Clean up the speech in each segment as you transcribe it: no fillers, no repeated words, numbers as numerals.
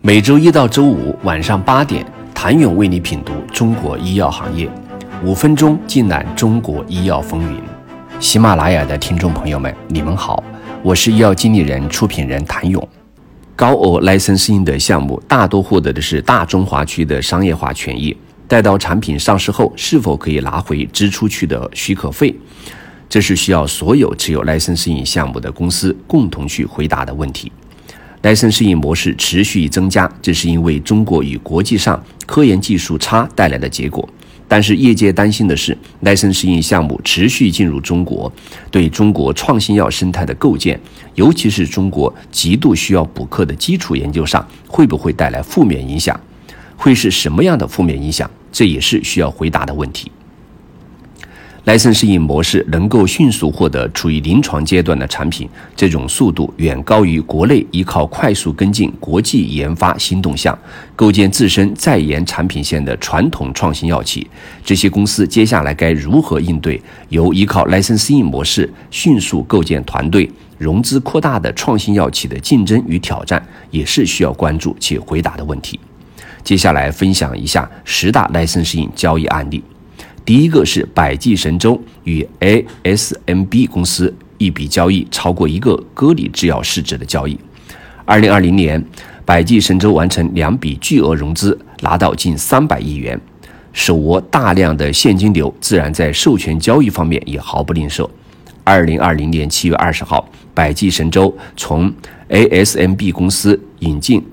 每周一到周五晚上8点，谭勇为你品读中国医药行业，5分钟尽览中国医药风云。喜马拉雅的听众朋友们，你们好，我是医药经理人、出品人谭勇。高额 licensing 的项目大多获得的是大中华区的商业化权益，待到产品上市后，是否可以拿回支出去的许可费？这是需要所有持有 licensing 项目的公司共同去回答的问题。licensing 模式持续增加，这是因为中国与国际上科研技术差带来的结果。但是业界担心的是 licensing 项目持续进入中国，对中国创新药生态的构建，尤其是中国极度需要补课的基础研究上，会不会带来负面影响？会是什么样的负面影响？这也是需要回答的问题。licensing 模式能够迅速获得处于临床阶段的产品，这种速度远高于国内依靠快速跟进国际研发新动向，构建自身在研产品线的传统创新药企。这些公司接下来该如何应对由依靠 licensing 模式迅速构建团队、融资扩大的创新药企的竞争与挑战，也是需要关注且回答的问题。接下来分享一下10大 licensing 交易案例。第一个是百济神州与 ASMB 公司一笔交易超过1个歌里制药市值的交易。2020年，百济神州完成2笔巨额融资，拿到近300亿元，手握大量的现金流，自然在授权交易方面也毫不吝啬。2020年7月20号，百济神州从 ASMB 公司引进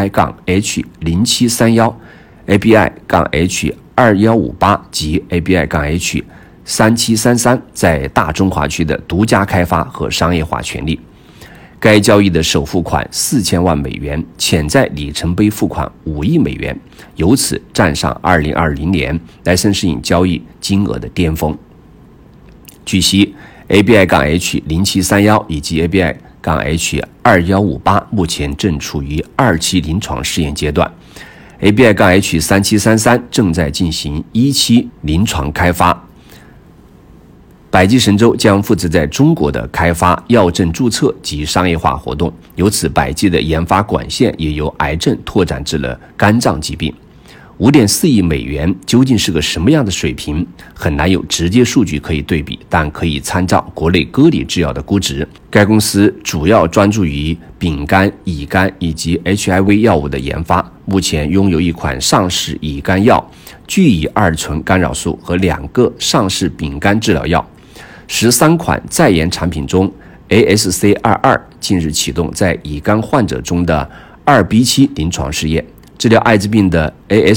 ABI-H0731、ABI-H2158 及 ABI-H3733 在大中华区的独家开发和商业化权利。该交易的首付款4000万美元，潜在里程碑付款5亿美元，由此站上2020年 licensing 交易金额的巅峰。据悉，ABI-H0731 以及 ABI-H2158 目前正处于2期临床试验阶段。ABI-H3733 正在进行1期临床开发。百济神州将负责在中国的开发、药证注册及商业化活动，由此百济的研发管线也由癌症拓展至了肝脏疾病。5.4亿美元究竟是个什么样的水平，很难有直接数据可以对比，但可以参照国内歌里制药的估值。该公司主要专注于丙肝、乙肝以及 HIV 药物的研发，目前拥有1款上市乙肝药、聚乙二醇干扰素和2个上市丙肝治疗药。13款在研产品中， ASC22 近日启动在乙肝患者中的 2B7 临床试验。治疗艾滋病的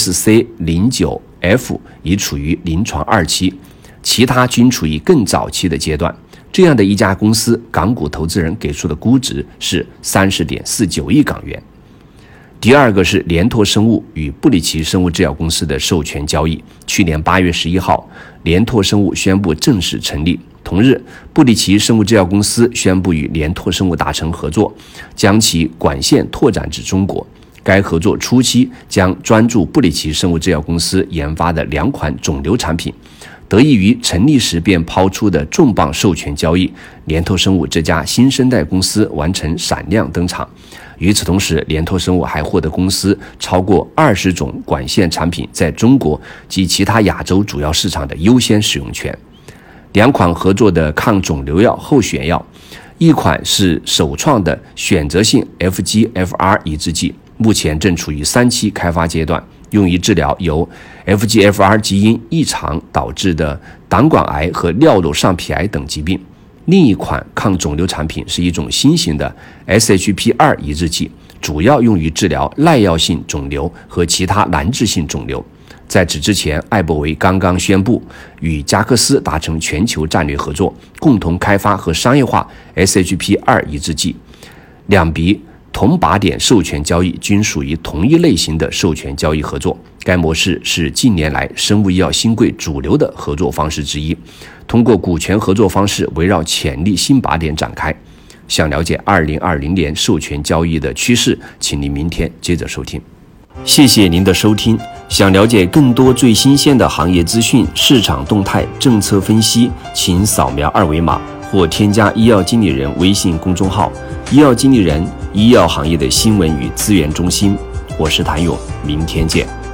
ASC09F 已处于临床2期，其他均处于更早期的阶段。这样的一家公司，港股投资人给出的估值是 30.49 亿港元。第二个是联拓生物与布里奇生物制药公司的授权交易。去年8月11号，联拓生物宣布正式成立。同日，布里奇生物制药公司宣布与联拓生物达成合作，将其管线拓展至中国。该合作初期将专注布里奇生物制药公司研发的2款肿瘤产品。得益于成立时便抛出的重磅授权交易，联拓生物这家新生代公司完成闪亮登场。与此同时，联拓生物还获得公司超过20种管线产品在中国及其他亚洲主要市场的优先使用权。2款合作的抗肿瘤药候选药，一款是首创的选择性 FGFR 抑制剂，目前正处于3期开发阶段，用于治疗由 FGFR 基因异常导致的胆管癌和尿路上皮癌等疾病。另一款抗肿瘤产品是一种新型的 SHP2 抑制剂，主要用于治疗耐药性肿瘤和其他难治性肿瘤。在此之前，艾伯维刚刚宣布与加克斯达成全球战略合作，共同开发和商业化 SHP2 抑制剂。2笔同靶点授权交易均属于同一类型的授权交易合作。该模式是近年来生物医药新贵主流的合作方式之一，通过股权合作方式围绕潜力新靶点展开。想了解2020年授权交易的趋势，请您明天接着收听。谢谢您的收听。想了解更多最新鲜的行业资讯、市场动态、政策分析，请扫描2维码或添加医药经理人微信公众号“医药经理人”，医药行业的新闻与资源中心。 我是谭勇，明天见。